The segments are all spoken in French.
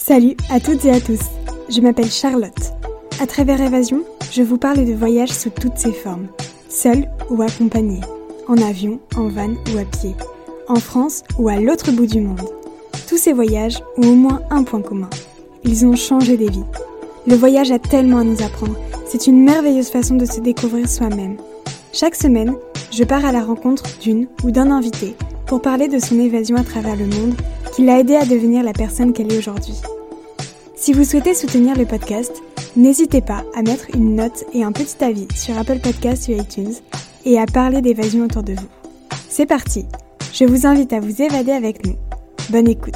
Salut à toutes et à tous, je m'appelle Charlotte. À travers Évasion, je vous parle de voyages sous toutes ses formes, seul ou accompagné, en avion, en van ou à pied, en France ou à l'autre bout du monde. Tous ces voyages ont au moins un point commun, ils ont changé des vies. Le voyage a tellement à nous apprendre, c'est une merveilleuse façon de se découvrir soi-même. Chaque semaine, je pars à la rencontre d'une ou d'un invité pour parler de son évasion à travers le monde qui l'a aidé à devenir la personne qu'elle est aujourd'hui. Si vous souhaitez soutenir le podcast, n'hésitez pas à mettre une note et un petit avis sur Apple Podcasts ou iTunes et à parler d'évasion autour de vous. C'est parti, je vous invite à vous évader avec nous. Bonne écoute.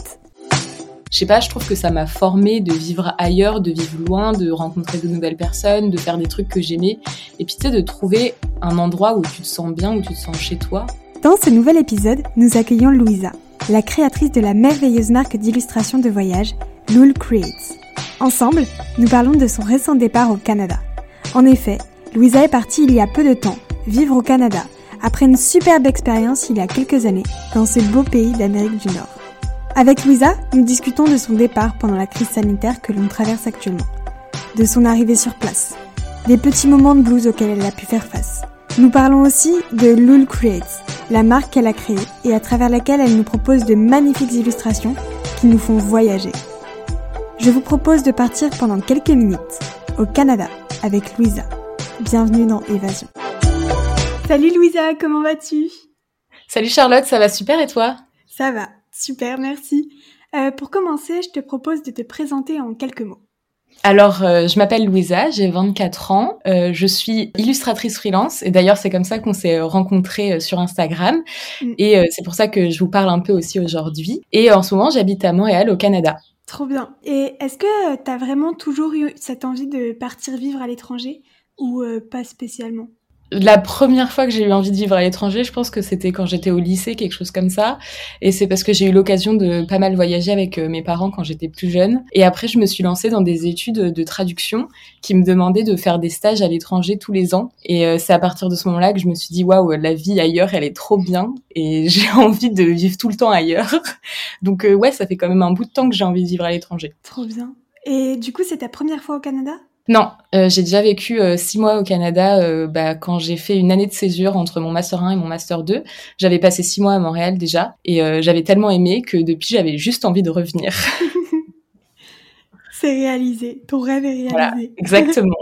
Je sais pas, je trouve que ça m'a formée de vivre ailleurs, de vivre loin, de rencontrer de nouvelles personnes, de faire des trucs que j'aimais. Et puis tu sais, de trouver un endroit où tu te sens bien, où tu te sens chez toi. Dans ce nouvel épisode, nous accueillons Louisa, la créatrice de la merveilleuse marque d'illustration de voyage, Lul Creates. Ensemble, nous parlons de son récent départ au Canada. En effet, Louisa est partie il y a peu de temps, vivre au Canada, après une superbe expérience il y a quelques années, dans ce beau pays d'Amérique du Nord. Avec Louisa, nous discutons de son départ pendant la crise sanitaire que l'on traverse actuellement, de son arrivée sur place, des petits moments de blues auxquels elle a pu faire face. Nous parlons aussi de Lul Creates, la marque qu'elle a créée et à travers laquelle elle nous propose de magnifiques illustrations qui nous font voyager. Je vous propose de partir pendant quelques minutes au Canada avec Louisa. Bienvenue dans Évasion. Salut Louisa, comment vas-tu ? Salut Charlotte, ça va super et toi ? Ça va, super, merci. Pour commencer, je te propose de te présenter en quelques mots. Alors, je m'appelle Louisa, j'ai 24 ans, je suis illustratrice freelance et d'ailleurs c'est comme ça qu'on s'est rencontrés sur Instagram et c'est pour ça que je vous parle un peu aussi aujourd'hui. Et en ce moment, j'habite à Montréal, au Canada. Trop bien. Et est-ce que t'as vraiment toujours eu cette envie de partir vivre à l'étranger ou pas spécialement ? La première fois que j'ai eu envie de vivre à l'étranger, je pense que c'était quand j'étais au lycée, quelque chose comme ça. Et c'est parce que j'ai eu l'occasion de pas mal voyager avec mes parents quand j'étais plus jeune. Et après, je me suis lancée dans des études de traduction qui me demandaient de faire des stages à l'étranger tous les ans. Et c'est à partir de ce moment-là que je me suis dit, waouh, la vie ailleurs, elle est trop bien. Et j'ai envie de vivre tout le temps ailleurs. Donc ouais, ça fait quand même un bout de temps que j'ai envie de vivre à l'étranger. Trop bien. Et du coup, c'est ta première fois au Canada ? Non, j'ai déjà vécu 6 mois au Canada quand j'ai fait une année de césure entre mon Master 1 et mon Master 2. J'avais passé 6 mois à Montréal déjà et j'avais tellement aimé que depuis, j'avais juste envie de revenir. C'est réalisé, ton rêve est réalisé. Voilà, exactement.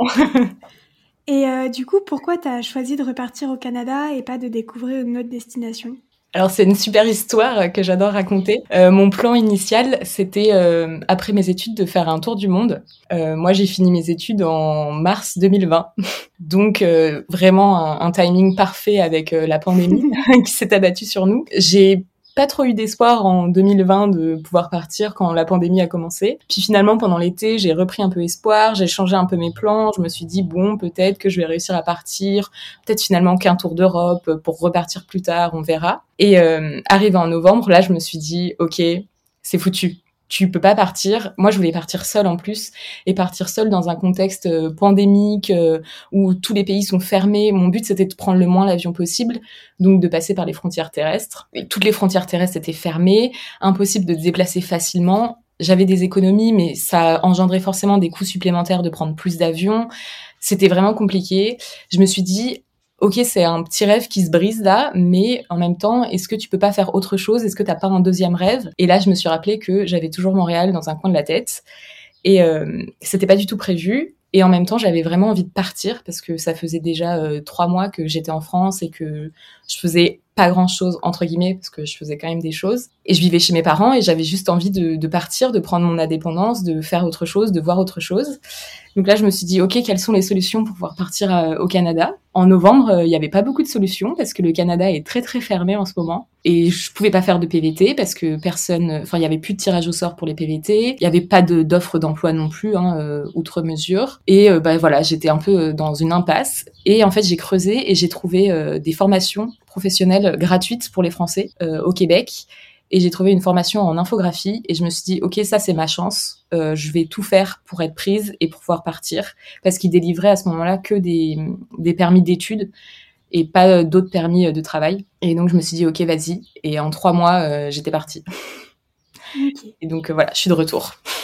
Et du coup, pourquoi t'as choisi de repartir au Canada et pas de découvrir une autre destination ? Alors, c'est une super histoire que j'adore raconter. Mon plan initial, c'était, après mes études, de faire un tour du monde. Moi, j'ai fini mes études en mars 2020. Donc, vraiment un timing parfait avec la pandémie qui s'est abattue sur nous. J'ai pas trop eu d'espoir en 2020 de pouvoir partir quand la pandémie a commencé. Puis finalement, pendant l'été, j'ai repris un peu espoir, j'ai changé un peu mes plans. Je me suis dit, bon, peut-être que je vais réussir à partir. Peut-être finalement qu'un tour d'Europe pour repartir plus tard, on verra. Et arrivé en novembre, là, je me suis dit, ok, c'est foutu. Tu peux pas partir. Moi, je voulais partir seule en plus et partir seule dans un contexte pandémique où tous les pays sont fermés. Mon but, c'était de prendre le moins l'avion possible, donc de passer par les frontières terrestres. Et toutes les frontières terrestres étaient fermées, impossible de se déplacer facilement. J'avais des économies, mais ça engendrait forcément des coûts supplémentaires de prendre plus d'avions. C'était vraiment compliqué. Je me suis dit, ok, c'est un petit rêve qui se brise là, mais en même temps, est-ce que tu peux pas faire autre chose ? Est-ce que t'as pas un deuxième rêve ? Et là, je me suis rappelé que j'avais toujours Montréal dans un coin de la tête. Et c'était pas du tout prévu. Et en même temps, j'avais vraiment envie de partir parce que ça faisait déjà 3 mois que j'étais en France et que je faisais pas grand-chose, entre guillemets, parce que je faisais quand même des choses. Et je vivais chez mes parents et j'avais juste envie de partir, de prendre mon indépendance, de faire autre chose, de voir autre chose. Donc là, je me suis dit, ok, quelles sont les solutions pour pouvoir partir au Canada ? En novembre, il n'y avait pas beaucoup de solutions parce que le Canada est très très fermé en ce moment. Et je pouvais pas faire de PVT parce que il y avait plus de tirage au sort pour les PVT. Il y avait pas d'offre d'emploi non plus, outre mesure. Et voilà, j'étais un peu dans une impasse. Et en fait, j'ai creusé et j'ai trouvé des formations professionnelles gratuites pour les Français au Québec. Et j'ai trouvé une formation en infographie et je me suis dit, ok, ça c'est ma chance, je vais tout faire pour être prise et pour pouvoir partir, parce qu'ils délivraient à ce moment-là que des permis d'études et pas d'autres permis de travail. Et donc je me suis dit, ok, vas-y. Et en 3 mois, j'étais partie. Okay. Et donc voilà, je suis de retour.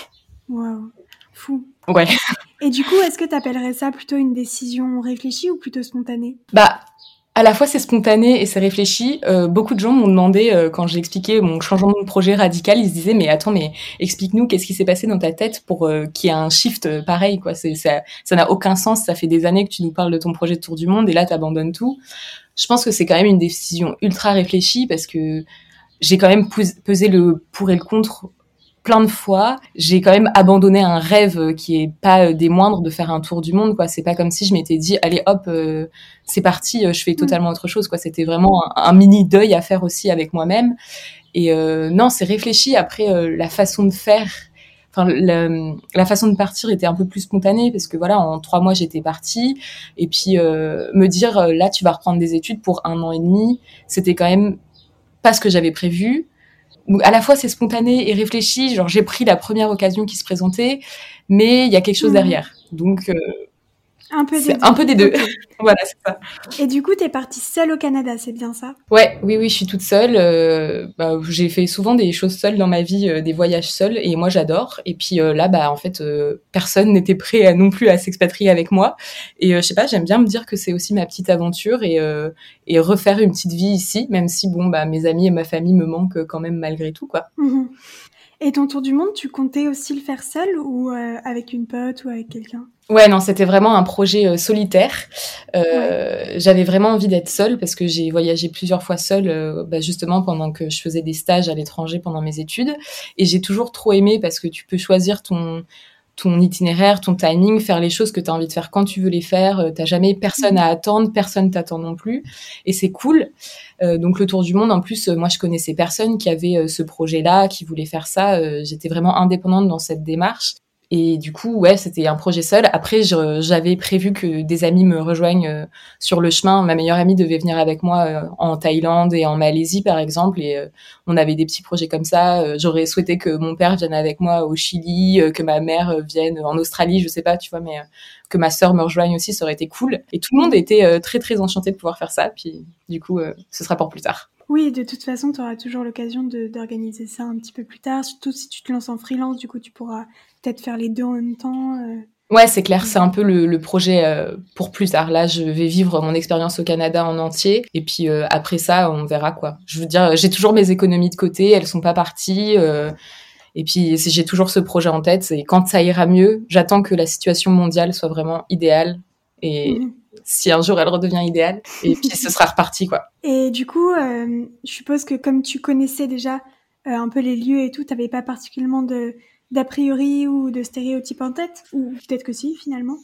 Waouh, fou. Ouais. Et du coup, est-ce que tu appellerais ça plutôt une décision réfléchie ou plutôt spontanée? Bah, à la fois c'est spontané et c'est réfléchi. Beaucoup de gens m'ont demandé quand j'ai expliqué mon changement de projet radical, ils se disaient mais attends, mais explique-nous qu'est-ce qui s'est passé dans ta tête pour qu'il y ait un shift pareil quoi. Ça n'a aucun sens. Ça fait des années que tu nous parles de ton projet de tour du monde et là t'abandonnes tout. Je pense que c'est quand même une décision ultra réfléchie parce que j'ai quand même pesé le pour et le contre plein de fois. J'ai quand même abandonné un rêve qui est pas des moindres de faire un tour du monde, quoi. C'est pas comme si je m'étais dit, allez hop, c'est parti, je fais totalement autre chose, quoi. C'était vraiment un mini deuil à faire aussi avec moi-même. Et non, c'est réfléchi. Après, la façon de faire, enfin, la façon de partir était un peu plus spontanée parce que voilà, en 3 mois j'étais partie. Et puis me dire, là, tu vas reprendre des études pour 1 an et demi, c'était quand même pas ce que j'avais prévu. À la fois c'est spontané et réfléchi, genre j'ai pris la première occasion qui se présentait, mais il y a quelque chose derrière. Donc un peu c'est un peu des deux. Okay. Voilà, c'est ça. Et du coup, t'es partie seule au Canada, c'est bien ça? Ouais, oui, je suis toute seule. J'ai fait souvent des choses seules dans ma vie, des voyages seuls, et moi j'adore. Et puis là, en fait, personne n'était prêt non plus à s'expatrier avec moi. Et je sais pas, j'aime bien me dire que c'est aussi ma petite aventure et refaire une petite vie ici, même si mes amis et ma famille me manquent quand même malgré tout, quoi. Mmh. Et ton tour du monde, tu comptais aussi le faire seul ou avec une pote ou avec quelqu'un? Ouais, non, c'était vraiment un projet solitaire. Ouais. J'avais vraiment envie d'être seule parce que j'ai voyagé plusieurs fois seule, justement pendant que je faisais des stages à l'étranger pendant mes études. Et j'ai toujours trop aimé parce que tu peux choisir ton itinéraire, ton timing, faire les choses que tu as envie de faire quand tu veux les faire. T'as jamais personne à attendre, personne t'attend non plus. Et c'est cool. Donc le tour du monde, en plus, moi je connaissais personne qui avait ce projet-là, qui voulait faire ça. J'étais vraiment indépendante dans cette démarche. Et du coup, ouais, c'était un projet seul. Après, j'avais prévu que des amis me rejoignent sur le chemin. Ma meilleure amie devait venir avec moi en Thaïlande et en Malaisie, par exemple. Et on avait des petits projets comme ça. J'aurais souhaité que mon père vienne avec moi au Chili, que ma mère vienne en Australie, je sais pas, tu vois, mais que ma sœur me rejoigne aussi, ça aurait été cool. Et tout le monde était très, très enchanté de pouvoir faire ça. Puis, du coup, ce sera pour plus tard. Oui, de toute façon, tu auras toujours l'occasion d'organiser ça un petit peu plus tard, surtout si tu te lances en freelance, du coup, tu pourras peut-être faire les deux en même temps. Ouais, c'est clair, c'est un peu le projet pour plus tard. Là, je vais vivre mon expérience au Canada en entier, et puis après ça, on verra quoi. Je veux dire, j'ai toujours mes économies de côté, elles sont pas parties, et puis j'ai toujours ce projet en tête. Et quand ça ira mieux, j'attends que la situation mondiale soit vraiment idéale, et si un jour elle redevient idéale, et puis ce sera reparti quoi. Et du coup, je suppose que comme tu connaissais déjà un peu les lieux et tout, t'avais pas particulièrement d'a priori ou de stéréotypes en tête? Ou peut-être que si, finalement?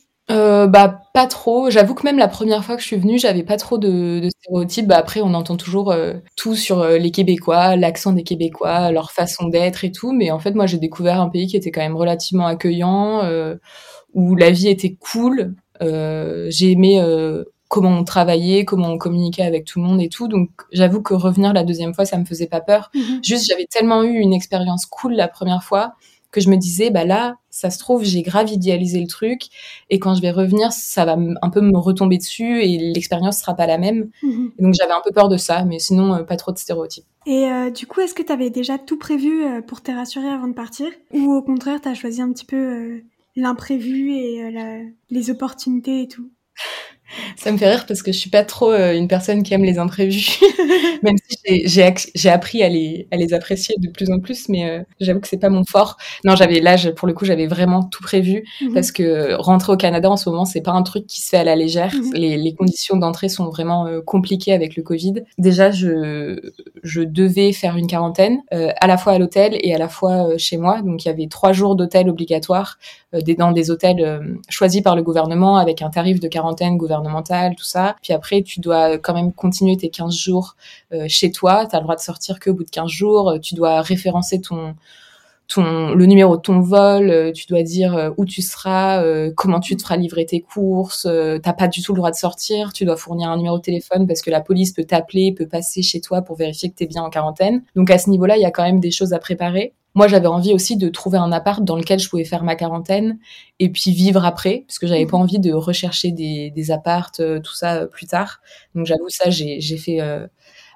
Pas trop. J'avoue que même la première fois que je suis venue, j'avais pas trop de stéréotypes. Après, on entend toujours tout sur les Québécois, l'accent des Québécois, leur façon d'être et tout. Mais en fait, moi, j'ai découvert un pays qui était quand même relativement accueillant, où la vie était cool. J'ai aimé comment on travaillait, comment on communiquait avec tout le monde et tout. Donc, j'avoue que revenir la deuxième fois, ça me faisait pas peur. Juste, j'avais tellement eu une expérience cool la première fois que je me disais, là, ça se trouve, j'ai grave idéalisé le truc, et quand je vais revenir, ça va un peu me retomber dessus, et l'expérience sera pas la même. Et donc j'avais un peu peur de ça, mais sinon, pas trop de stéréotypes. Et du coup, est-ce que tu avais déjà tout prévu pour te rassurer avant de partir? Ou au contraire, tu as choisi un petit peu l'imprévu et les opportunités et tout? Ça me fait rire parce que je suis pas trop une personne qui aime les imprévus, même si j'ai appris à les apprécier de plus en plus, mais j'avoue que c'est pas mon fort. Non, pour le coup, j'avais vraiment tout prévu parce que rentrer au Canada en ce moment, c'est pas un truc qui se fait à la légère. Les conditions d'entrée sont vraiment compliquées avec le Covid. Déjà, je devais faire une quarantaine à la fois à l'hôtel et à la fois chez moi. Donc, il y avait 3 jours d'hôtel obligatoires dans des hôtels choisis par le gouvernement avec un tarif de quarantaine gouvernemental, tout ça. Puis après, tu dois quand même continuer tes 15 jours chez toi. Tu as le droit de sortir qu'au bout de 15 jours. Tu dois référencer le numéro de ton vol, tu dois dire où tu seras, comment tu te feras livrer tes courses, t'as pas du tout le droit de sortir, tu dois fournir un numéro de téléphone parce que la police peut t'appeler, peut passer chez toi pour vérifier que t'es bien en quarantaine. Donc à ce niveau-là, il y a quand même des choses à préparer. Moi, j'avais envie aussi de trouver un appart dans lequel je pouvais faire ma quarantaine et puis vivre après, parce que j'avais pas envie de rechercher des apparts, tout ça plus tard. Donc j'avoue ça, j'ai fait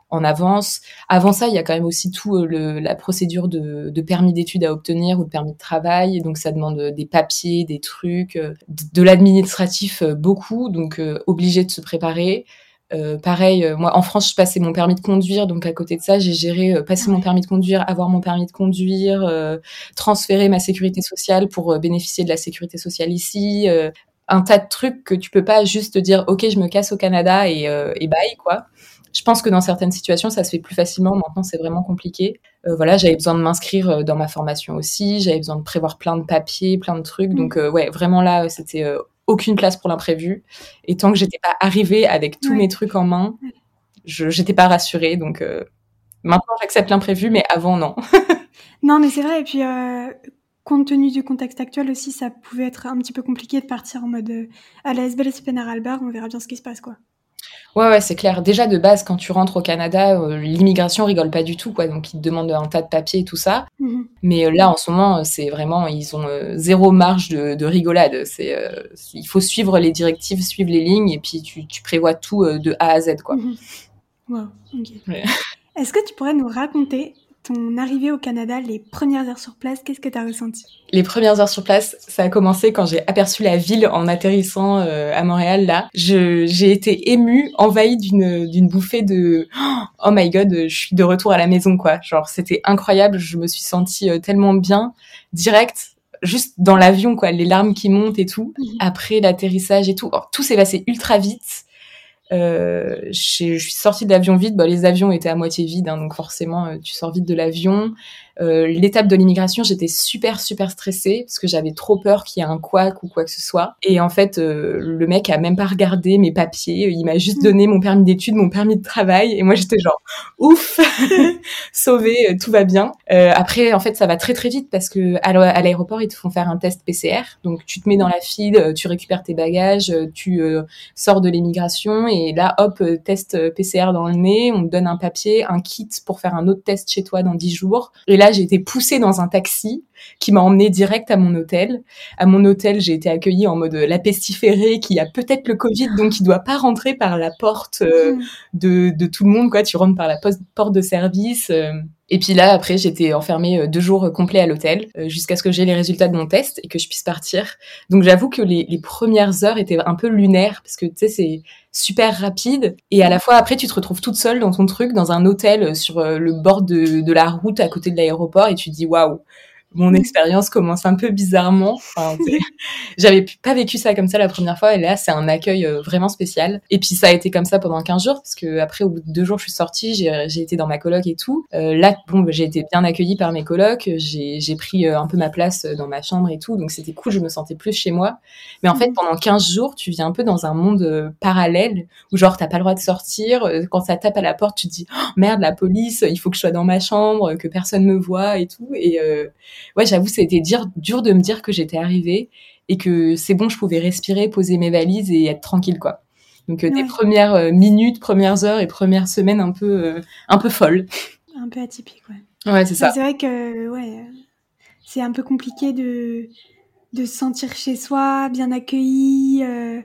en avance. Avant ça, il y a quand même aussi tout la procédure de permis d'études à obtenir ou de permis de travail. Et donc, ça demande des papiers, des trucs, de l'administratif beaucoup. Donc, obligé de se préparer. Pareil, moi en France, je passais mon permis de conduire, donc à côté de ça, j'ai géré passer mon permis de conduire, avoir mon permis de conduire, transférer ma sécurité sociale pour bénéficier de la sécurité sociale ici. Un tas de trucs que tu peux pas juste te dire ok, je me casse au Canada et bye quoi. Je pense que dans certaines situations, ça se fait plus facilement. Maintenant, c'est vraiment compliqué. Voilà, j'avais besoin de m'inscrire dans ma formation aussi. J'avais besoin de prévoir plein de papiers, plein de trucs. Donc, ouais, vraiment là, c'était aucune place pour l'imprévu. Et tant que j'étais pas arrivée avec tous mes trucs en main, j'étais pas rassurée. Donc, maintenant, j'accepte l'imprévu, mais avant, non. Non, mais c'est vrai. Et puis, compte tenu du contexte actuel aussi, ça pouvait être un petit peu compliqué de partir en mode à la SBL Penaralbar, on verra bien ce qui se passe, quoi. Ouais, c'est clair. Déjà, de base, quand tu rentres au Canada, l'immigration rigole pas du tout, quoi. Donc, ils te demandent un tas de papiers et tout ça. Mais là, en ce moment, c'est vraiment, ils ont zéro marge de rigolade. Il faut suivre les directives, suivre les lignes, et puis tu prévois tout de A à Z, quoi. Wow, ok. Ouais. Est-ce que tu pourrais nous raconter ton arrivée au Canada, les premières heures sur place, qu'est-ce que tu as ressenti? Les premières heures sur place, ça a commencé quand j'ai aperçu la ville en atterrissant à Montréal, là. J'ai été émue, envahie d'une bouffée de « Oh my God, je suis de retour à la maison », quoi. Genre, c'était incroyable, je me suis sentie tellement bien, direct, juste dans l'avion, quoi, les larmes qui montent et tout. Après l'atterrissage et tout, tout s'est passé ultra vite. Je suis sortie de l'avion vite. Les avions étaient à moitié vides, hein, donc forcément tu sors vite de l'avion. L'étape de l'immigration, j'étais super stressée parce que j'avais trop peur qu'il y ait un couac ou quoi que ce soit. Et en fait, le mec a même pas regardé mes papiers. Il m'a juste donné mon permis d'études, mon permis de travail. Et moi, j'étais genre ouf, sauvée, tout va bien. Après, en fait, ça va très vite parce que à l'aéroport, ils te font faire un test PCR. Donc, tu te mets dans la file, tu récupères tes bagages, tu sors de l'immigration et là, hop, test PCR dans le nez. On te donne un papier, un kit pour faire un autre test chez toi dans 10 jours. Et là, j'ai été poussée dans un taxi qui m'a emmenée direct à mon hôtel. À mon hôtel, j'ai été accueillie en mode la pestiférée qui a peut-être le Covid, donc qui doit pas rentrer par la porte de tout le monde, quoi. Tu rentres par la porte de service. Et puis là, après, j'étais enfermée 2 jours complets à l'hôtel jusqu'à ce que j'ai les résultats de mon test et que je puisse partir. Donc j'avoue que les premières heures étaient un peu lunaires parce que tu sais, c'est super rapide et à la fois après tu te retrouves toute seule dans ton truc dans un hôtel sur le bord de la route à côté de l'aéroport et tu te dis waouh, mon expérience commence un peu bizarrement. Enfin, j'avais pas vécu ça comme ça la première fois et là c'est un accueil vraiment spécial. Et puis ça a été comme ça pendant 15 jours parce que après au bout de 2 jours je suis sortie, j'ai été dans ma coloc et tout. Là j'ai été bien accueillie par mes colocs, j'ai pris un peu ma place dans ma chambre et tout, donc c'était cool, je me sentais plus chez moi. Mais en fait pendant 15 jours tu vis un peu dans un monde parallèle où genre t'as pas le droit de sortir, quand ça tape à la porte tu te dis oh, merde, la police, il faut que je sois dans ma chambre, que personne me voit et tout. Et ouais, j'avoue, ça a été dur de me dire que j'étais arrivée et que c'est bon, je pouvais respirer, poser mes valises et être tranquille, quoi. Donc, des premières minutes, premières heures et premières semaines un peu folles. Un peu atypique, ouais. Ouais, c'est ça. C'est vrai que, c'est un peu compliqué de se sentir chez soi, bien accueilli,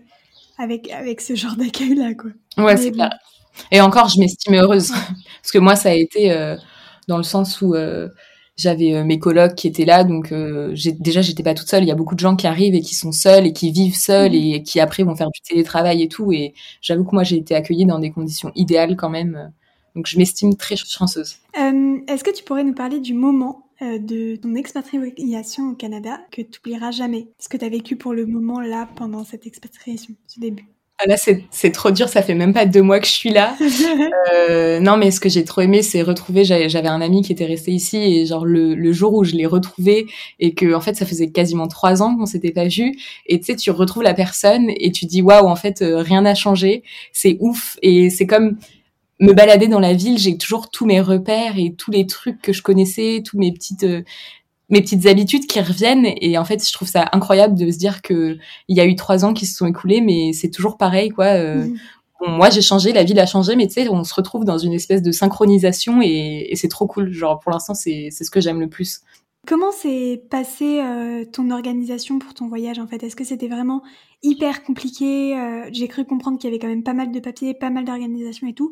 avec ce genre d'accueil-là, quoi. Ouais, c'est clair. Et encore, je m'estimais heureuse. Parce que moi, ça a été dans le sens où j'avais mes colocs qui étaient là, donc j'étais pas toute seule. Il y a beaucoup de gens qui arrivent et qui sont seuls et qui vivent seuls et qui après vont faire du télétravail et tout. Et j'avoue que moi, j'ai été accueillie dans des conditions idéales quand même. Donc je m'estime très chanceuse. Est-ce que tu pourrais nous parler du moment de ton expatriation au Canada que tu n'oublieras jamais? Ce que tu as vécu pour le moment là pendant cette expatriation, ce début? Là, c'est trop dur, ça fait même pas 2 mois que je suis là. Non, mais ce que j'ai trop aimé, c'est retrouver, j'avais un ami qui était resté ici et genre le jour où je l'ai retrouvé et que en fait ça faisait quasiment 3 ans qu'on s'était pas vu et tu sais, tu retrouves la personne et tu dis waouh, en fait rien n'a changé, c'est ouf. Et c'est comme me balader dans la ville, j'ai toujours tous mes repères et tous les trucs que je connaissais, tous mes petites habitudes qui reviennent. Et en fait, je trouve ça incroyable de se dire que il y a eu 3 ans qui se sont écoulés, mais c'est toujours pareil, quoi. Bon, moi, j'ai changé, la ville a changé, mais tu sais, on se retrouve dans une espèce de synchronisation et c'est trop cool. Genre, pour l'instant, c'est ce que j'aime le plus. Comment s'est passée ton organisation pour ton voyage, en fait? Est-ce que c'était vraiment hyper compliqué? J'ai cru comprendre qu'il y avait quand même pas mal de papiers, pas mal d'organisation et tout.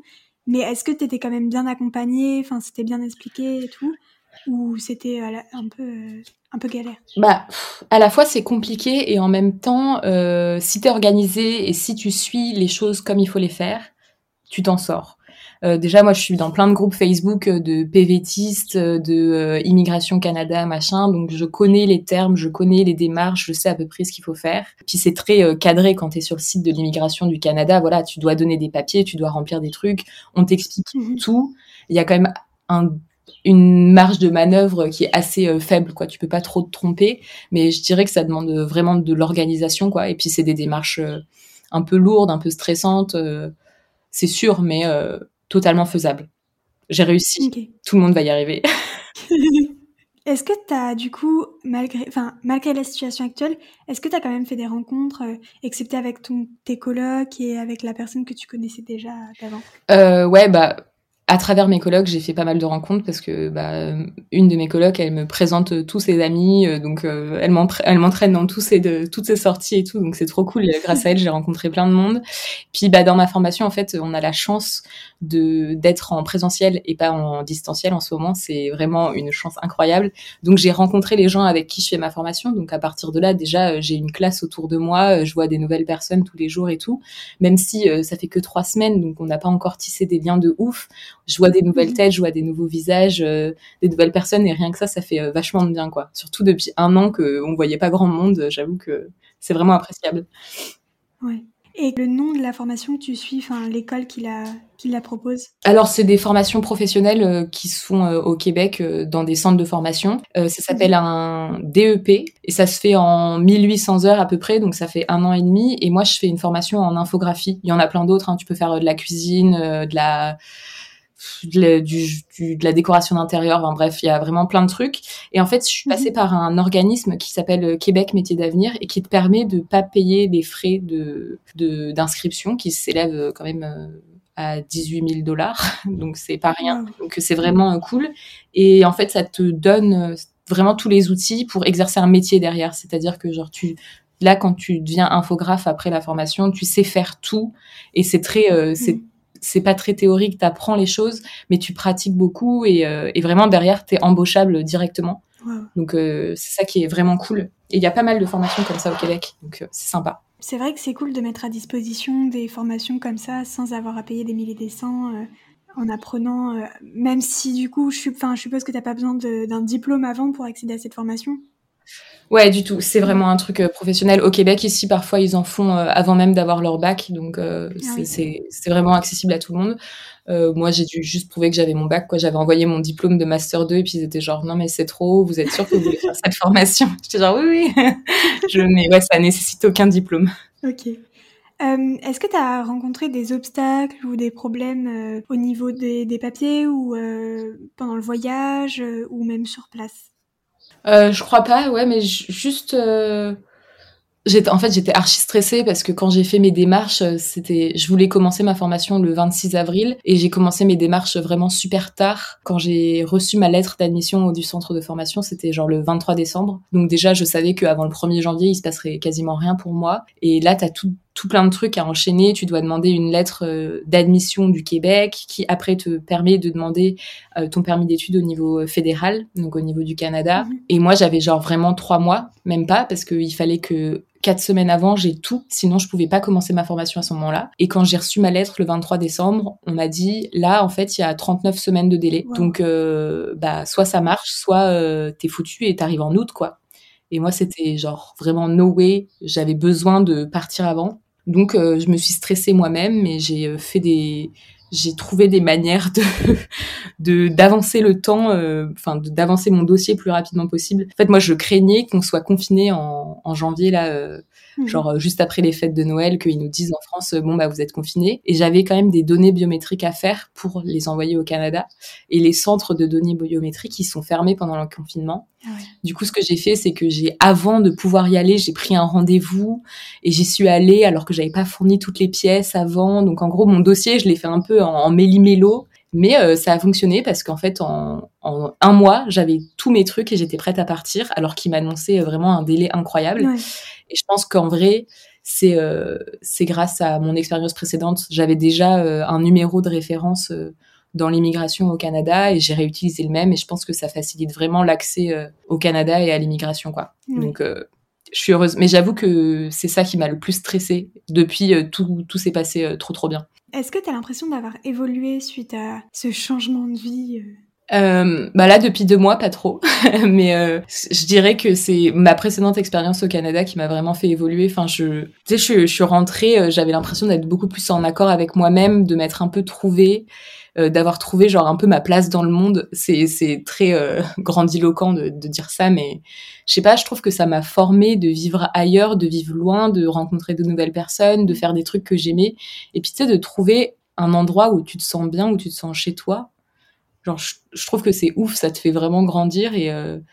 Mais est-ce que tu étais quand même bien accompagnée, enfin c'était bien expliqué et tout, ou c'était un peu galère? Bah, à la fois c'est compliqué et en même temps, si t'es organisé et si tu suis les choses comme il faut les faire, tu t'en sors. Déjà, moi, je suis dans plein de groupes Facebook de PVTistes, de Immigration Canada, machin. Donc, je connais les termes, je connais les démarches, je sais à peu près ce qu'il faut faire. Puis, c'est très cadré quand tu es sur le site de l'immigration du Canada. Voilà, tu dois donner des papiers, tu dois remplir des trucs. On t'explique tout. Il y a quand même une marge de manœuvre qui est assez faible, quoi. Tu peux pas trop te tromper, mais je dirais que ça demande vraiment de l'organisation, quoi. Et puis, c'est des démarches un peu lourdes, un peu stressantes. C'est sûr, mais totalement faisable. J'ai réussi. Okay. Tout le monde va y arriver. Est-ce que tu as du coup, malgré la situation actuelle, est-ce que tu as quand même fait des rencontres, excepté avec tes colocs et avec la personne que tu connaissais déjà d'avant? Ouais, bah, à travers mes colocs, j'ai fait pas mal de rencontres parce que une de mes colocs, elle me présente tous ses amis, donc elle m'entraîne dans toutes ses sorties et tout, donc c'est trop cool. Grâce à elle, j'ai rencontré plein de monde. Puis dans ma formation, en fait, on a la chance d'être en présentiel et pas en distanciel en ce moment. C'est vraiment une chance incroyable. Donc j'ai rencontré les gens avec qui je fais ma formation. Donc à partir de là, déjà, j'ai une classe autour de moi, je vois des nouvelles personnes tous les jours et tout. Même si ça fait que 3 semaines, donc on n'a pas encore tissé des liens de ouf. Je vois des nouvelles têtes, je vois des nouveaux visages, des nouvelles personnes, et rien que ça fait vachement de bien, quoi. Surtout depuis 1 an qu'on voyait pas grand monde, j'avoue que c'est vraiment appréciable. Ouais. Et le nom de la formation que tu suis, enfin l'école qui la propose? Alors, c'est des formations professionnelles qui sont au Québec dans des centres de formation. Ça s'appelle un DEP et ça se fait en 1800 heures à peu près, donc ça fait 1 an et demi. Et moi, je fais une formation en infographie. Il y en a plein d'autres, hein. Tu peux faire de la cuisine, de la décoration d'intérieur, enfin, bref, il y a vraiment plein de trucs. Et en fait, je suis passée par un organisme qui s'appelle Québec Métiers d'Avenir et qui te permet de pas payer les frais d'inscription qui s'élèvent quand même à $18 000, donc c'est pas rien. Donc c'est vraiment cool. Et en fait, ça te donne vraiment tous les outils pour exercer un métier derrière. C'est-à-dire que genre là, quand tu deviens infographe après la formation, tu sais faire tout et c'est très c'est pas très théorique, t'apprends les choses, mais tu pratiques beaucoup et vraiment derrière, t'es embauchable directement. Wow. Donc c'est ça qui est vraiment cool. Et il y a pas mal de formations comme ça au Québec, donc c'est sympa. C'est vrai que c'est cool de mettre à disposition des formations comme ça sans avoir à payer des milliers des cents, en apprenant, même si du coup, je suppose que t'as pas besoin d'un diplôme avant pour accéder à cette formation. Ouais, du tout. C'est vraiment un truc professionnel. Au Québec, ici, parfois, ils en font avant même d'avoir leur bac. Donc, c'est vraiment accessible à tout le monde. Moi, j'ai dû juste prouver que j'avais mon bac, quoi. J'avais envoyé mon diplôme de Master 2 et puis ils étaient genre, non, mais c'est trop, vous êtes sûr que vous voulez faire cette formation? J'étais genre, oui. Mais ouais, ça nécessite aucun diplôme. Ok. Est-ce que tu as rencontré des obstacles ou des problèmes au niveau des papiers ou pendant le voyage ou même sur place? Je crois pas, ouais, mais juste... J'étais archi stressée parce que quand j'ai fait mes démarches, je voulais commencer ma formation le 26 avril et j'ai commencé mes démarches vraiment super tard. Quand j'ai reçu ma lettre d'admission du centre de formation, c'était genre le 23 décembre. Donc déjà, je savais qu'avant le 1er janvier, il se passerait quasiment rien pour moi. Et là, t'as tout plein de trucs à enchaîner. Tu dois demander une lettre d'admission du Québec qui après te permet de demander ton permis d'études au niveau fédéral, donc au niveau du Canada. Et moi, j'avais genre vraiment 3 mois, même pas, parce qu'il fallait que 4 semaines avant, j'ai tout. Sinon, je pouvais pas commencer ma formation à ce moment-là. Et quand j'ai reçu ma lettre le 23 décembre, on m'a dit, là, en fait, il y a 39 semaines de délai. Wow. Donc, soit ça marche, soit t'es foutu et t'arrives en août, quoi. Et moi, c'était genre vraiment no way. J'avais besoin de partir avant. Donc, je me suis stressée moi-même, mais j'ai trouvé des manières d'avancer le temps, d'avancer mon dossier plus rapidement possible. En fait, moi, je craignais qu'on soit confiné en janvier, là, genre juste après les fêtes de Noël, qu'ils nous disent en France, vous êtes confinés. Et j'avais quand même des données biométriques à faire pour les envoyer au Canada. Et les centres de données biométriques, ils sont fermés pendant le confinement. Ah ouais. Du coup, ce que j'ai fait, c'est que avant de pouvoir y aller, j'ai pris un rendez-vous et j'y suis allée alors que j'avais pas fourni toutes les pièces avant. Donc, en gros, mon dossier, je l'ai fait un peu en méli-mélo. Mais ça a fonctionné parce qu'en fait, en 1 mois, j'avais tous mes trucs et j'étais prête à partir alors qu'ils m'annonçaient vraiment un délai incroyable. Ouais. Et je pense qu'en vrai, c'est grâce à mon expérience précédente. J'avais déjà un numéro de référence dans l'immigration au Canada et j'ai réutilisé le même et je pense que ça facilite vraiment l'accès au Canada et à l'immigration, quoi. Oui. Donc, je suis heureuse. Mais j'avoue que c'est ça qui m'a le plus stressée depuis tout s'est passé trop bien. Est-ce que tu as l'impression d'avoir évolué suite à ce changement de vie Là, depuis 2 mois, pas trop. Mais je dirais que c'est ma précédente expérience au Canada qui m'a vraiment fait évoluer. Enfin, je suis rentrée, j'avais l'impression d'être beaucoup plus en accord avec moi-même, de m'être un peu trouvée, d'avoir trouvé genre un peu ma place dans le monde. C'est très grandiloquent de dire ça, mais je sais pas, je trouve que ça m'a formée de vivre ailleurs, de vivre loin, de rencontrer de nouvelles personnes, de faire des trucs que j'aimais. Et puis, tu sais, de trouver un endroit où tu te sens bien, où tu te sens chez toi. Genre, je trouve que c'est ouf, ça te fait vraiment grandir et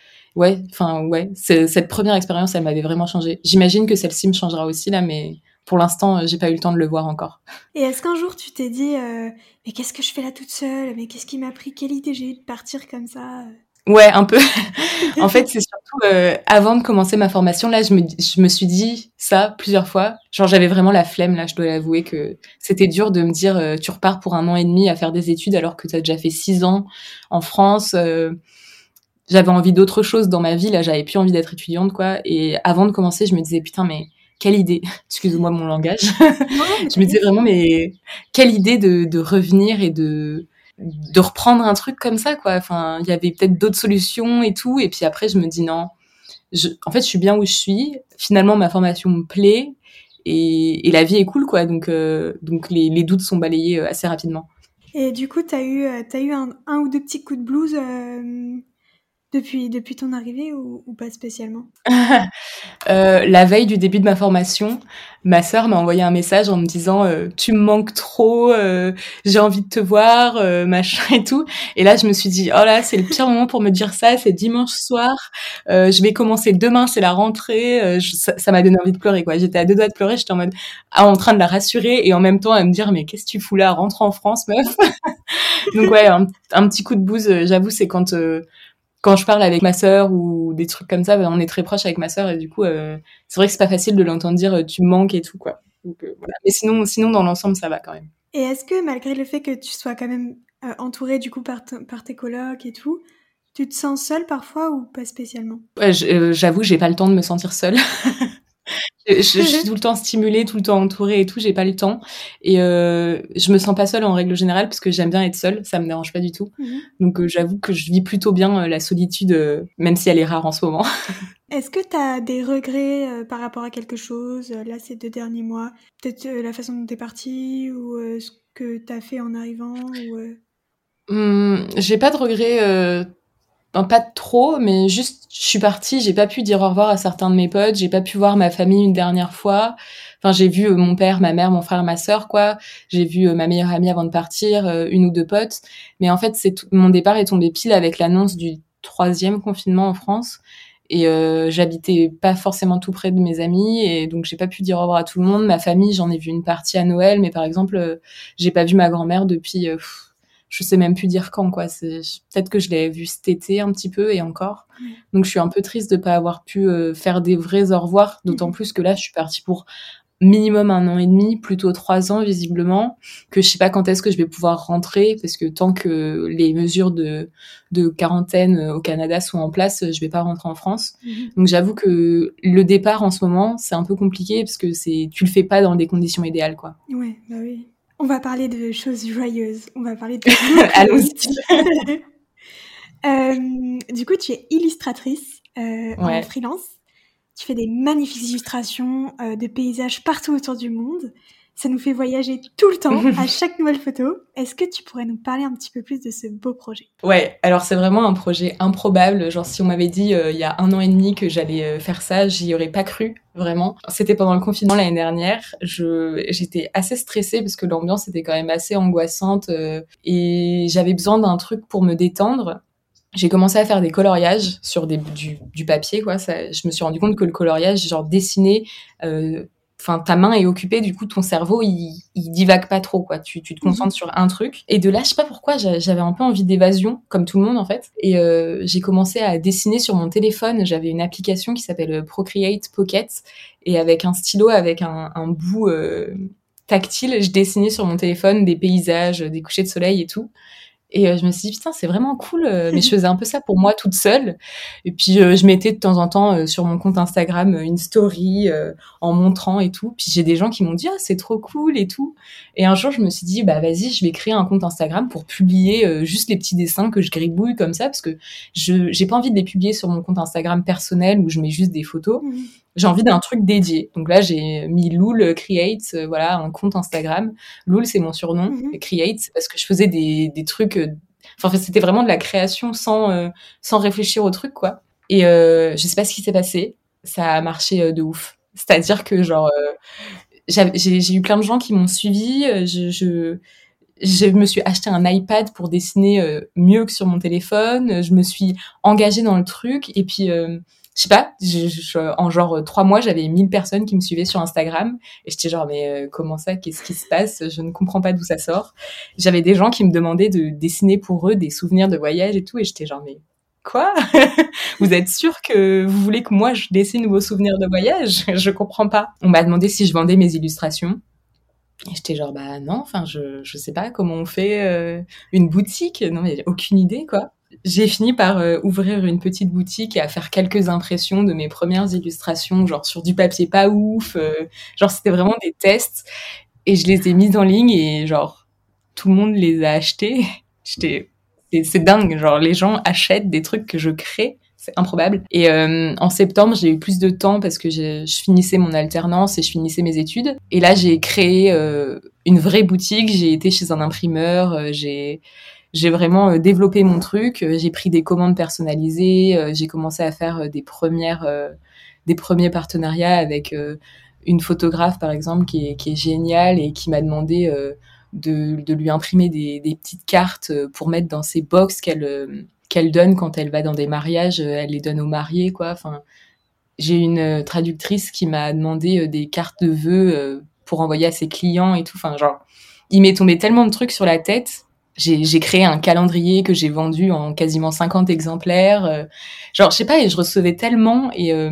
cette première expérience, elle m'avait vraiment changé. J'imagine que celle-ci me changera aussi là, mais pour l'instant, j'ai pas eu le temps de le voir encore. Et est-ce qu'un jour tu t'es dit mais qu'est-ce que je fais là toute seule? Mais qu'est-ce qui m'a pris? Quelle idée j'ai eu de partir comme ça? Ouais, un peu. En fait, c'est surtout avant de commencer ma formation, là, je me suis dit ça plusieurs fois. Genre, j'avais vraiment la flemme, là, je dois l'avouer que c'était dur de me dire tu repars pour 1 an et demi à faire des études alors que t'as déjà fait 6 ans en France. J'avais envie d'autre chose dans ma vie, là, j'avais plus envie d'être étudiante, quoi. Et avant de commencer, je me disais, putain, mais quelle idée, excuse-moi mon langage. Je me disais vraiment, mais quelle idée de revenir et de reprendre un truc comme ça, quoi. Enfin, il y avait peut-être d'autres solutions et tout. Et puis après, je me dis non. En fait, je suis bien où je suis. Finalement, ma formation me plaît et la vie est cool, quoi. Donc les doutes sont balayés assez rapidement. Et du coup, t'as eu un ou deux petits coups de blues depuis ton arrivée ou pas spécialement? La veille du début de ma formation, ma sœur m'a envoyé un message en me disant tu me manques trop, j'ai envie de te voir, machin et tout. Et là, je me suis dit oh là, c'est le pire moment pour me dire ça. C'est dimanche soir, je vais commencer demain, c'est la rentrée. Ça m'a donné envie de pleurer, quoi. J'étais à 2 doigts de pleurer. J'étais en mode en train de la rassurer et en même temps à me dire mais qu'est-ce que tu fous là, rentre en France, meuf. Donc ouais, un petit coup de bouse. J'avoue, c'est quand je parle avec ma sœur ou des trucs comme ça, on est très proches avec ma sœur et du coup, c'est vrai que c'est pas facile de l'entendre dire tu me manques et tout, quoi. Donc, voilà. Mais sinon, dans l'ensemble, ça va quand même. Et est-ce que malgré le fait que tu sois quand même entourée du coup par tes colocs et tout, tu te sens seule parfois ou pas spécialement? Ouais, j'avoue, j'ai pas le temps de me sentir seule. Je suis tout le temps stimulée, tout le temps entourée et tout, j'ai pas le temps. Et je me sens pas seule en règle générale parce que j'aime bien être seule, ça me dérange pas du tout. Mhm. Donc j'avoue que je vis plutôt bien la solitude, même si elle est rare en ce moment. Est-ce que t'as des regrets par rapport à quelque chose, là, ces 2 derniers mois? Peut-être la façon dont t'es partie ou ce que t'as fait en arrivant ou J'ai pas de regrets, pas trop, mais juste, je suis partie, j'ai pas pu dire au revoir à certains de mes potes, j'ai pas pu voir ma famille une dernière fois. Enfin, j'ai vu mon père, ma mère, mon frère, ma sœur, quoi. J'ai vu ma meilleure amie avant de partir, 1 ou 2 potes. Mais en fait, mon départ est tombé pile avec l'annonce du 3e confinement en France. Et j'habitais pas forcément tout près de mes amis, et donc j'ai pas pu dire au revoir à tout le monde. Ma famille, j'en ai vu une partie à Noël, mais par exemple, j'ai pas vu ma grand-mère depuis... je sais même plus dire quand, quoi. Peut-être que je l'ai vue cet été un petit peu et encore. Donc je suis un peu triste de pas avoir pu faire des vrais au revoir, d'autant plus que là je suis partie pour minimum 1 an et demi, plutôt 3 ans visiblement, que je sais pas quand est-ce que je vais pouvoir rentrer parce que tant que les mesures de quarantaine au Canada sont en place, je vais pas rentrer en France. Donc j'avoue que le départ en ce moment, c'est un peu compliqué parce que tu le fais pas dans des conditions idéales, quoi. Ouais, bah oui. On va parler de choses joyeuses. On va parler de Allons-y. Du coup, tu es illustratrice en Ouais. freelance. Tu fais des magnifiques illustrations de paysages partout autour du monde. Ça nous fait voyager tout le temps, à chaque nouvelle photo. Est-ce que tu pourrais nous parler un petit peu plus de ce beau projet? Ouais, alors c'est vraiment un projet improbable. Genre, si on m'avait dit il y a 1 an et demi que j'allais faire ça, j'y aurais pas cru, vraiment. C'était pendant le confinement l'année dernière. J'étais assez stressée parce que l'ambiance était quand même assez angoissante et j'avais besoin d'un truc pour me détendre. J'ai commencé à faire des coloriages sur du papier, quoi. Je me suis rendu compte que le coloriage, genre dessiner, ta main est occupée, du coup ton cerveau il divague pas trop, quoi. Tu te concentres sur un truc. Et de là, je sais pas pourquoi, j'avais un peu envie d'évasion, comme tout le monde en fait. Et j'ai commencé à dessiner sur mon téléphone. J'avais une application qui s'appelle Procreate Pocket, et avec un stylo, avec un bout tactile, je dessinais sur mon téléphone des paysages, des couchers de soleil et tout. Et je me suis dit, putain, c'est vraiment cool, mais je faisais un peu ça pour moi toute seule. Et puis je mettais de temps en temps sur mon compte Instagram une story en montrant et tout. Puis j'ai des gens qui m'ont dit, ah, c'est trop cool et tout. Et un jour, je me suis dit, bah vas-y, je vais créer un compte Instagram pour publier juste les petits dessins que je gribouille comme ça, parce que j'ai pas envie de les publier sur mon compte Instagram personnel où je mets juste des photos. J'ai envie d'un truc dédié. Donc là, j'ai mis Loul Create, voilà, un compte Instagram. Loul, c'est mon surnom. Et Create, c'est parce que je faisais des trucs... Enfin, c'était vraiment de la création sans réfléchir au truc, quoi. Et je sais pas ce qui s'est passé. Ça a marché de ouf. C'est-à-dire que, genre, j'ai eu plein de gens qui m'ont suivi. Je me suis acheté un iPad pour dessiner mieux que sur mon téléphone. Je me suis engagée dans le truc. Et puis... je sais pas, en genre 3 mois, j'avais 1000 personnes qui me suivaient sur Instagram. Et j'étais genre, mais comment ça? Qu'est-ce qui se passe? Je ne comprends pas d'où ça sort. J'avais des gens qui me demandaient de dessiner pour eux des souvenirs de voyage et tout. Et j'étais genre, mais quoi? Vous êtes sûr que vous voulez que moi, je dessine vos souvenirs de voyage? Je comprends pas. On m'a demandé si je vendais mes illustrations. Et j'étais genre, bah non, enfin, je sais pas comment on fait une boutique. Non, mais aucune idée, quoi. J'ai fini par ouvrir une petite boutique et à faire quelques impressions de mes premières illustrations, genre sur du papier pas ouf. Genre, c'était vraiment des tests. Et je les ai mises en ligne et genre, tout le monde les a achetées. C'est dingue. Genre, les gens achètent des trucs que je crée. C'est improbable. Et en septembre, j'ai eu plus de temps parce que je finissais mon alternance et je finissais mes études. Et là, j'ai créé une vraie boutique. J'ai été chez un imprimeur. J'ai vraiment développé mon truc. J'ai pris des commandes personnalisées. J'ai commencé à faire des premiers partenariats avec une photographe, par exemple, qui est géniale et qui m'a demandé de lui imprimer des petites cartes pour mettre dans ses box qu'elle donne quand elle va dans des mariages. Elle les donne aux mariés, quoi. Enfin, j'ai une traductrice qui m'a demandé des cartes de vœux pour envoyer à ses clients et tout. Enfin, genre, il m'est tombé tellement de trucs sur la tête. J'ai créé un calendrier que j'ai vendu en quasiment 50 exemplaires. Genre, je sais pas, et je recevais tellement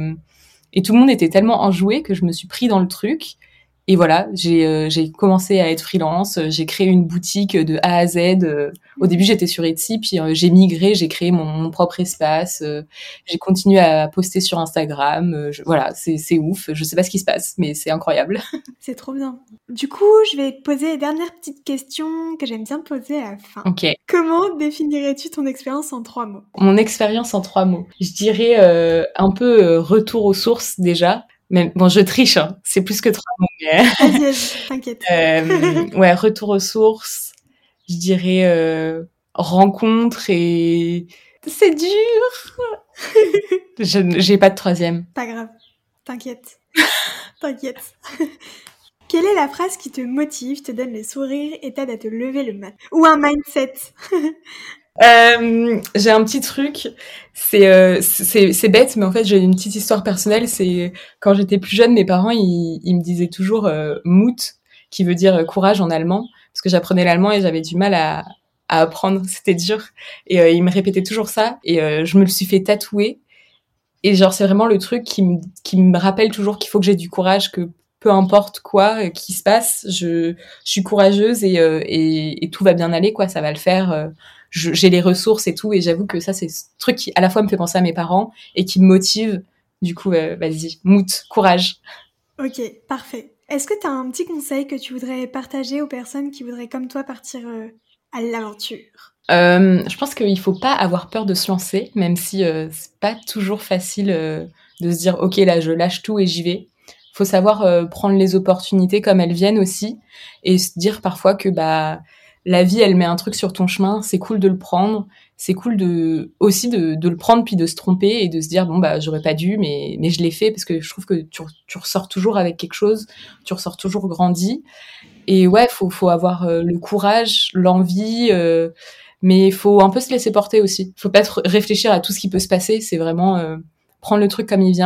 et tout le monde était tellement enjoué que je me suis pris dans le truc. Et voilà, j'ai commencé à être freelance. J'ai créé une boutique de A à Z. Au début, j'étais sur Etsy, puis j'ai migré, j'ai créé mon propre espace. J'ai continué à poster sur Instagram. Voilà, c'est ouf. Je sais pas ce qui se passe, mais c'est incroyable. C'est trop bien. Du coup, je vais te poser les dernières petites questions que j'aime bien poser à la fin. Ok. Comment définirais-tu ton expérience en 3 mots? Mon expérience en 3 mots. Je dirais un peu retour aux sources déjà. Même, bon, je triche, hein. C'est plus que 3 mots. Mais... Vas-y, t'inquiète. Ouais, retour aux sources. Je dirais rencontre et... C'est dur. J'ai pas de troisième. Pas grave, t'inquiète. T'inquiète. Quelle est la phrase qui te motive, te donne le sourire et t'aide à te lever le matin? Ou un mindset? J'ai un petit truc, c'est bête, mais en fait j'ai une petite histoire personnelle. C'est quand j'étais plus jeune, mes parents ils me disaient toujours Mut, qui veut dire courage en allemand, parce que j'apprenais l'allemand et j'avais du mal à apprendre, c'était dur. Et ils me répétaient toujours ça, et je me le suis fait tatouer. Et genre c'est vraiment le truc qui me rappelle toujours qu'il faut que j'ai du courage, que peu importe quoi qui se passe, je suis courageuse et tout va bien aller, quoi, ça va le faire. J'ai les ressources et tout, et j'avoue que ça, c'est ce truc qui, à la fois, me fait penser à mes parents et qui me motive. Du coup, vas-y, Mout, courage. Ok, parfait. Est-ce que tu as un petit conseil que tu voudrais partager aux personnes qui voudraient, comme toi, partir à l'aventure? Je pense qu'il faut pas avoir peur de se lancer, même si c'est pas toujours facile de se dire, ok, là, je lâche tout et j'y vais. Faut savoir prendre les opportunités comme elles viennent aussi, et se dire parfois que la vie, elle met un truc sur ton chemin, c'est cool de le prendre, c'est cool aussi de le prendre puis de se tromper et de se dire bon j'aurais pas dû, mais je l'ai fait, parce que je trouve que tu ressors toujours avec quelque chose, tu ressors toujours grandi. Et ouais, faut avoir le courage, l'envie, mais il faut un peu se laisser porter aussi. Faut pas réfléchir à tout ce qui peut se passer, c'est vraiment prendre le truc comme il vient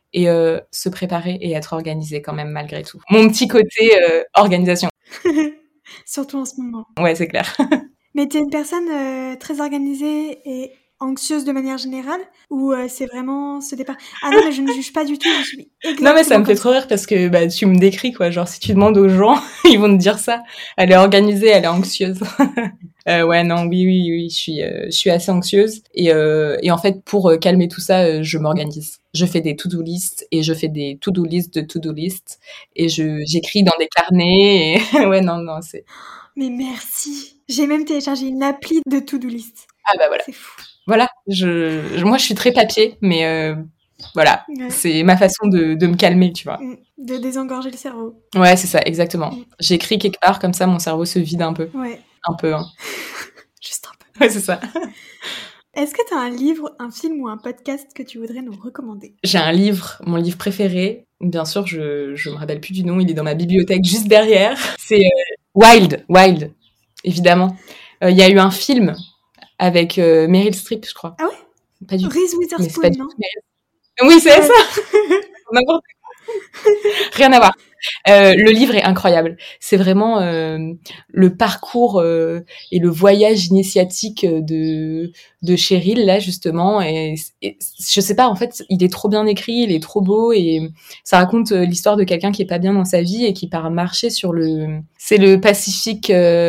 et se préparer et être organisé quand même malgré tout. Mon petit côté organisation. Surtout en ce moment. Ouais, c'est clair. Mais t'es une personne très organisée et anxieuse de manière générale ou c'est vraiment ce départ? Ah non, mais je ne juge pas du tout, je suis exactement. Non, mais ça me fait trop rire parce que bah, tu me décris, quoi. Genre, si tu demandes aux gens, ils vont te dire ça. Elle est organisée, elle est anxieuse. Ouais, non, oui, je suis assez anxieuse. Et en fait, pour calmer tout ça, je m'organise. Je fais des to-do list et je fais des to-do list de to-do list. Et j'écris dans des carnets. Et ouais, non, c'est... Mais merci. J'ai même téléchargé une appli de to-do list. Ah bah voilà. C'est fou. Voilà, moi je suis très papier, mais voilà, ouais. C'est ma façon de me calmer, tu vois. De désengorger le cerveau. Ouais, c'est ça, exactement. J'écris quelque part, comme ça mon cerveau se vide un peu. Ouais. Un peu, hein. Juste un peu. Ouais, c'est ça. Est-ce que t'as un livre, un film ou un podcast que tu voudrais nous recommander? J'ai un livre, mon livre préféré. Bien sûr, je me rappelle plus du nom, il est dans ma bibliothèque juste derrière. C'est Wild, évidemment. Il y a eu un film avec Meryl Streep, je crois. Ah ouais? Pas du tout. Reese Witherspoon, non? Oui, c'est ça. N'importe quoi. Rien à voir. Le livre est incroyable. C'est vraiment le parcours et le voyage initiatique de Cheryl là justement. Et je sais pas, en fait, il est trop bien écrit, il est trop beau et ça raconte l'histoire de quelqu'un qui est pas bien dans sa vie et qui part marcher sur c'est le Pacific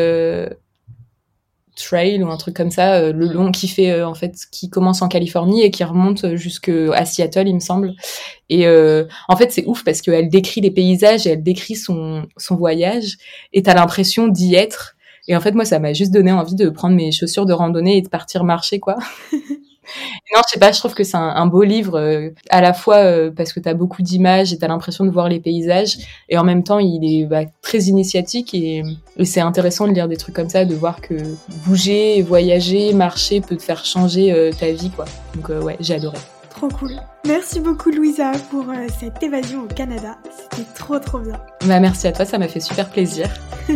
Trail ou un truc comme ça, le long qui fait en fait qui commence en Californie et qui remonte jusqu'à Seattle, il me semble. Et en fait, c'est ouf parce qu'elle décrit les paysages et elle décrit son voyage et t'as l'impression d'y être. Et en fait, moi, ça m'a juste donné envie de prendre mes chaussures de randonnée et de partir marcher, quoi. Non, je sais pas, je trouve que c'est un beau livre, à la fois parce que t'as beaucoup d'images et t'as l'impression de voir les paysages, et en même temps, il est très initiatique et c'est intéressant de lire des trucs comme ça, de voir que bouger, voyager, marcher peut te faire changer ta vie, quoi. Donc ouais, j'ai adoré. Trop cool. Merci beaucoup Louisa pour cette évasion au Canada. C'était trop bien. Bah merci à toi, ça m'a fait super plaisir.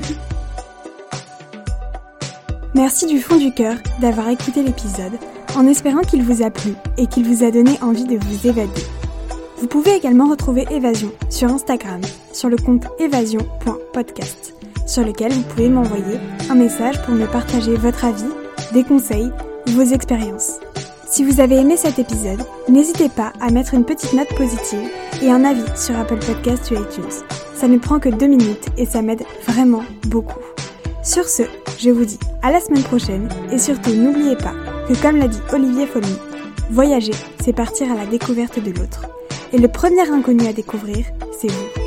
Merci du fond du cœur d'avoir écouté l'épisode, en espérant qu'il vous a plu et qu'il vous a donné envie de vous évader. Vous pouvez également retrouver Évasion sur Instagram, sur le compte évasion.podcast, sur lequel vous pouvez m'envoyer un message pour me partager votre avis, des conseils ou vos expériences. Si vous avez aimé cet épisode, n'hésitez pas à mettre une petite note positive et un avis sur Apple Podcasts ou iTunes. Ça ne prend que 2 minutes et ça m'aide vraiment beaucoup. Sur ce, je vous dis à la semaine prochaine et surtout n'oubliez pas que comme l'a dit Olivier Folmy, voyager, c'est partir à la découverte de l'autre. Et le premier inconnu à découvrir, c'est vous.